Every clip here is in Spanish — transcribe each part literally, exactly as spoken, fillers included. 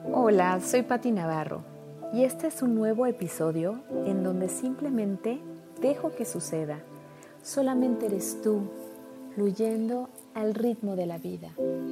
Hola, soy Pati Navarro y este es un nuevo episodio en donde simplemente dejo que suceda. Solamente eres tú, fluyendo al ritmo de la vida.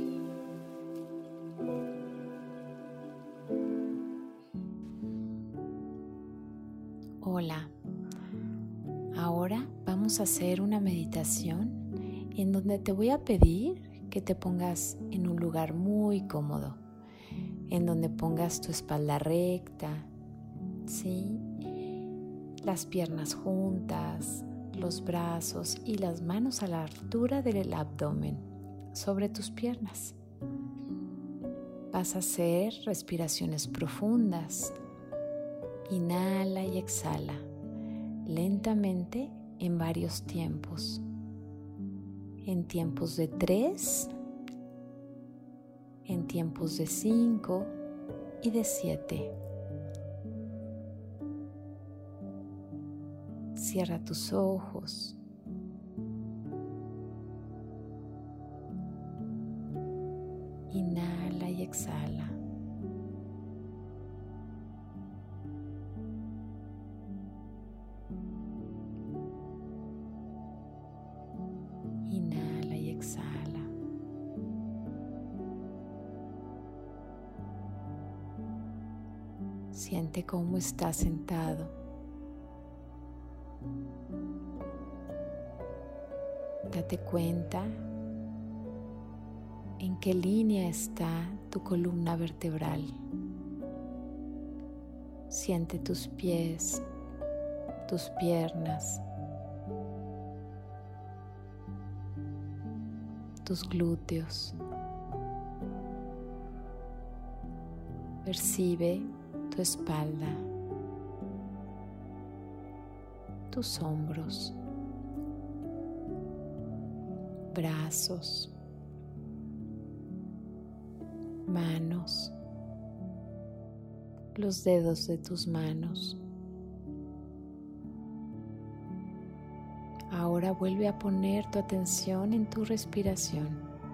Hola, ahora vamos a hacer una meditación en donde te voy a pedir que te pongas en un lugar muy cómodo, en donde pongas tu espalda recta, ¿sí? Las piernas juntas, los brazos y las manos a la altura del abdomen sobre tus piernas. Vas a hacer respiraciones profundas. Inhala y exhala lentamente en varios tiempos. En tiempos de tres, en tiempos de cinco y de siete. Cierra tus ojos. Inhala y exhala. Inhala y exhala. Siente cómo estás sentado. Date cuenta en qué línea está tu columna vertebral. Siente tus pies, tus piernas, tus glúteos. Percibe tu espalda, tus hombros, brazos, manos, los dedos de tus manos. Ahora vuelve a poner tu atención en tu respiración,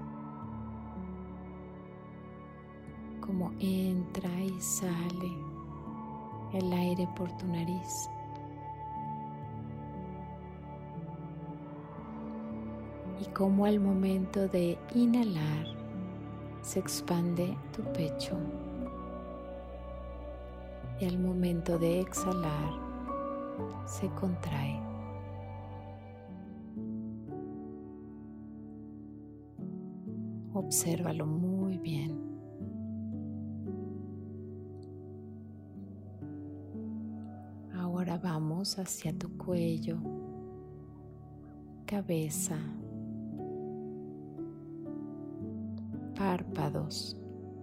cómo entra y sale el aire por tu nariz. Y cómo al momento de inhalar se expande tu pecho y al momento de exhalar se contrae. Obsérvalo muy bien. Ahora vamos hacia tu cuello, cabeza, párpados,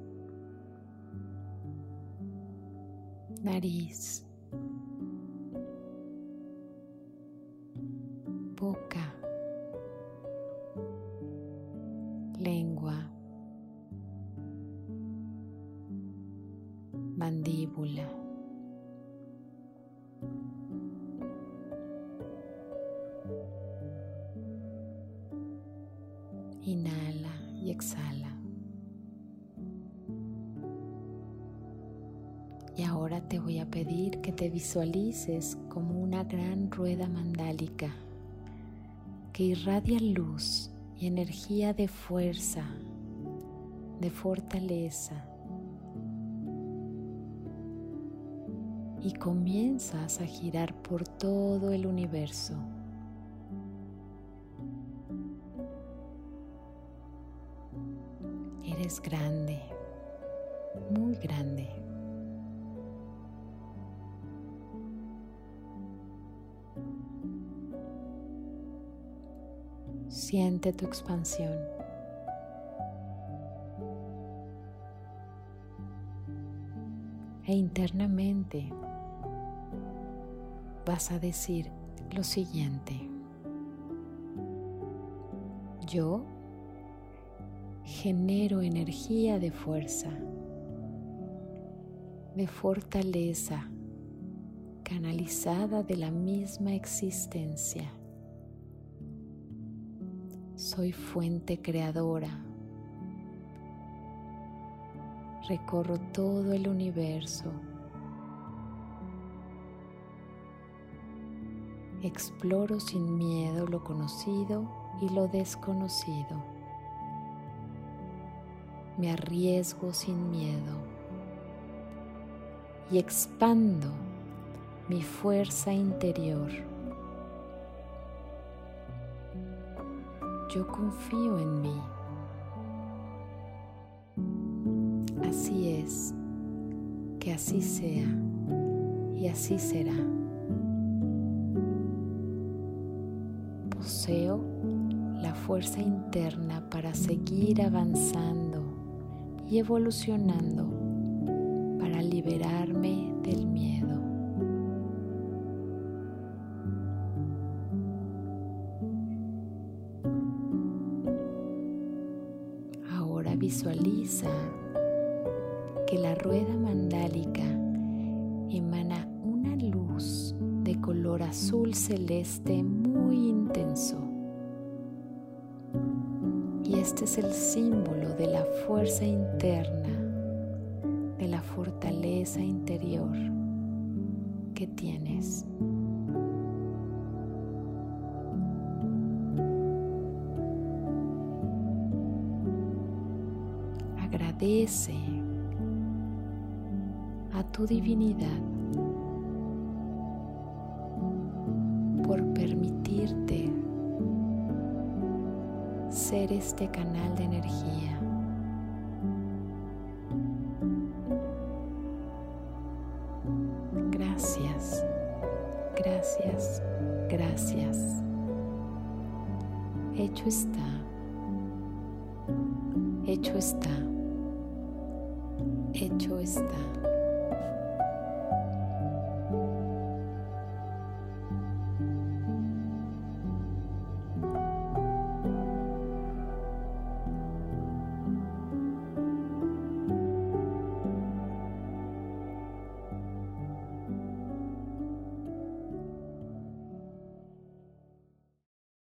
nariz, boca, lengua, mandíbula, inhala y exhala. Y ahora te voy a pedir que te visualices como una gran rueda mandálica que irradia luz y energía de fuerza, de fortaleza. Y comienzas a girar por todo el universo. Eres grande, muy grande. Siente tu expansión. E internamente vas a decir lo siguiente: yo genero energía de fuerza, de fortaleza, canalizada de la misma existencia. Soy fuente creadora, recorro todo el universo. Exploro sin miedo lo conocido y lo desconocido. Me arriesgo sin miedo y expando mi fuerza interior. Yo confío en mí. Así es, que así sea y así será. Poseo la fuerza interna para seguir avanzando y evolucionando, para liberarme del miedo. Ahora visualiza que la rueda mandálica emana una luz de color azul celeste muy intenso. Y este es el símbolo de la fuerza interna, de la fortaleza interior que tienes. Agradece a tu divinidad por permitirte ser este canal de energía. Gracias, gracias, gracias. Hecho está, hecho está, hecho está.